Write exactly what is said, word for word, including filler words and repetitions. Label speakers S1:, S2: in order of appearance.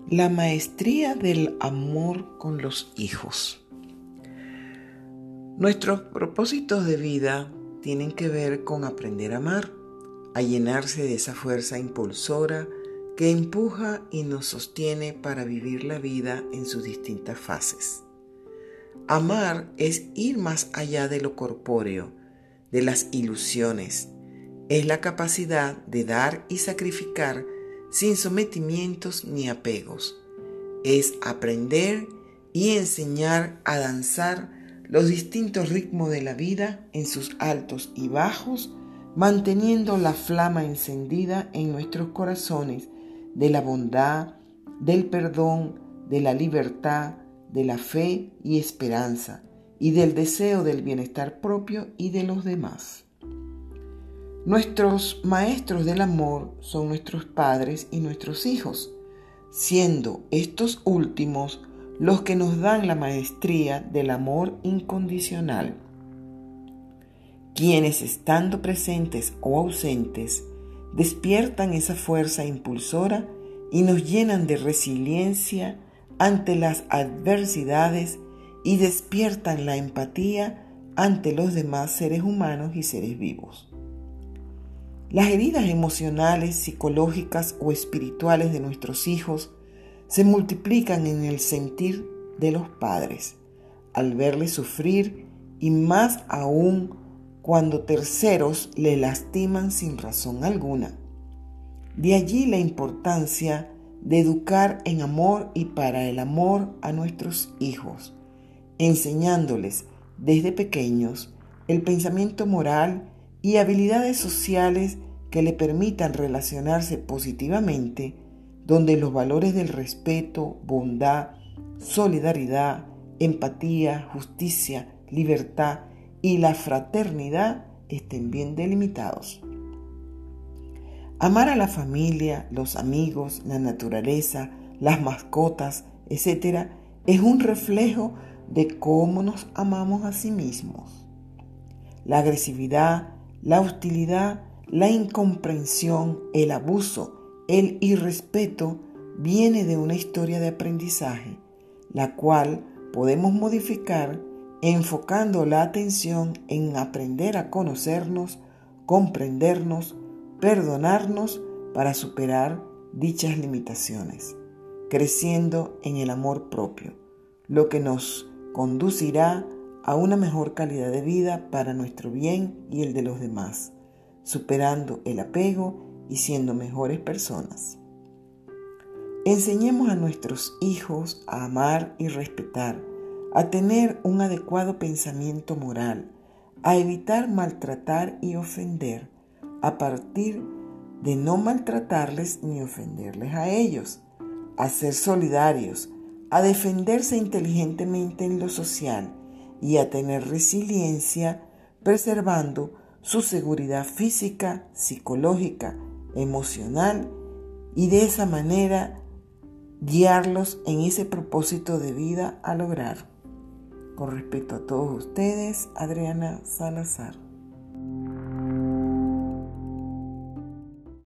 S1: La maestría del amor con los hijos. Nuestros propósitos de vida tienen que ver con aprender a amar, a llenarse de esa fuerza impulsora que empuja y nos sostiene para vivir la vida en sus distintas fases. Amar es ir más allá de lo corpóreo, de las ilusiones. Es la capacidad de dar y sacrificar sin sometimientos ni apegos. Es aprender y enseñar a danzar los distintos ritmos de la vida en sus altos y bajos, manteniendo la flama encendida en nuestros corazones de la bondad, del perdón, de la libertad, de la fe y esperanza, y del deseo del bienestar propio y de los demás. Nuestros maestros del amor son nuestros padres y nuestros hijos, siendo estos últimos los que nos dan la maestría del amor incondicional, quienes estando presentes o ausentes, despiertan esa fuerza impulsora y nos llenan de resiliencia ante las adversidades y despiertan la empatía ante los demás seres humanos y seres vivos. Las heridas emocionales, psicológicas o espirituales de nuestros hijos se multiplican en el sentir de los padres, al verles sufrir y más aún cuando terceros le lastiman sin razón alguna. De allí la importancia de educar en amor y para el amor a nuestros hijos, enseñándoles desde pequeños el pensamiento moral y habilidades sociales que le permitan relacionarse positivamente, donde los valores del respeto, bondad, solidaridad, empatía, justicia, libertad y la fraternidad estén bien delimitados. Amar a la familia, los amigos, la naturaleza, las mascotas, etcétera, es un reflejo de cómo nos amamos a sí mismos. La agresividad, la hostilidad, la incomprensión, el abuso, el irrespeto viene de una historia de aprendizaje, la cual podemos modificar enfocando la atención en aprender a conocernos, comprendernos, perdonarnos para superar dichas limitaciones, creciendo en el amor propio, lo que nos conducirá a una mejor calidad de vida para nuestro bien y el de los demás, superando el apego y siendo mejores personas. Enseñemos a nuestros hijos a amar y respetar, a tener un adecuado pensamiento moral, a evitar maltratar y ofender, a partir de no maltratarles ni ofenderles a ellos, a ser solidarios, a defenderse inteligentemente en lo social y a tener resiliencia, preservando su seguridad física, psicológica, emocional y de esa manera guiarlos en ese propósito de vida a lograr. Con respeto a todos ustedes, Adriana Salazar.